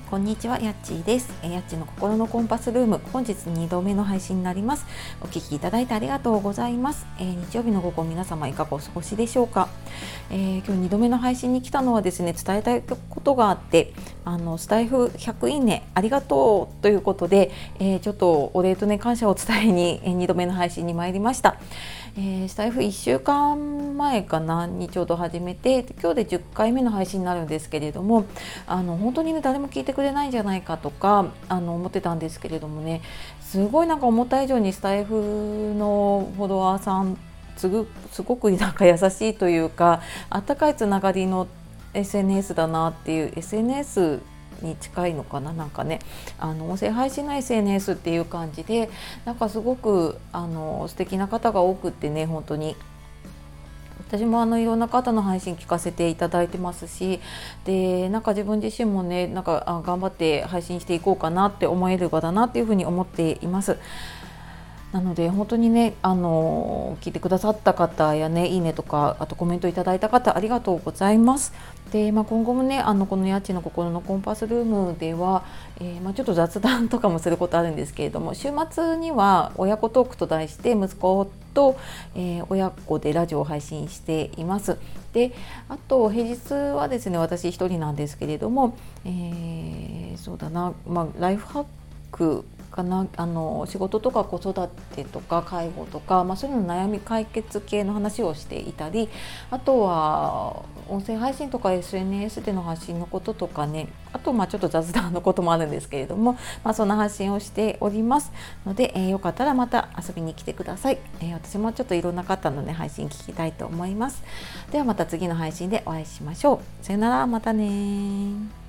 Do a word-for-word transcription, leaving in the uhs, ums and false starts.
こんにちは、やっちーです。えーやっちーの心のコンパスルーム、本日にどめの配信になります。お聞きいただいてありがとうございます。えー日曜日の午後、皆様いかがお過ごしでしょうか。えー今日にどめの配信に来たのはですね、伝えたいことがあって、あのスタイフひゃくいいねありがとうということで、えーちょっとお礼とね感謝を伝えに、えーにどめの配信に参りました。えースタイフいっしゅうかんまえかなにちょうど始めて、今日でじゅっかいめの配信になるんですけれども、あの本当にね誰も聞いてくれないんじゃないかとかあの思ってたんですけれどもね、すごいなんか思った以上にスタイフのフォロワーさんすごすごくなんか優しいというか、あったかいつながりの エスエヌエス だなっていう、 エスエヌエス に近いのかな、なんかね、あの音声配信の エスエヌエス っていう感じで、なんかすごくあの素敵な方が多くってね、本当に私もあのいろんな方の配信聞かせていただいてますし、でなんか自分自身もね、なんかあ頑張って配信していこうかなって思える場だなっていうふうに思っています。なので本当にね、あの聞いてくださった方やね、いいねとかあとコメントいただいた方ありがとうございます。で、まあ、今後もね、あのこのやっちの心のコンパスルームでは、えーまあ、ちょっと雑談とかもすることあるんですけれども、週末には親子トークと題して息子と、えー親子でラジオを配信しています。で、あと平日はですね、私一人なんですけれども、えーそうだな、まあ、ライフハックかな、あの仕事とか子育てとか介護とか、まあ、そういうの悩み解決系の話をしていたり、あとは音声配信とか エスエヌエス での発信のこととかね、あとまあちょっと雑談のこともあるんですけれども、まあ、そんな発信をしておりますので、えー、よかったらまた遊びに来てください。えー、私もちょっといろんな方のね配信聞きたいと思います。ではまた次の配信でお会いしましょう。さよなら、またね。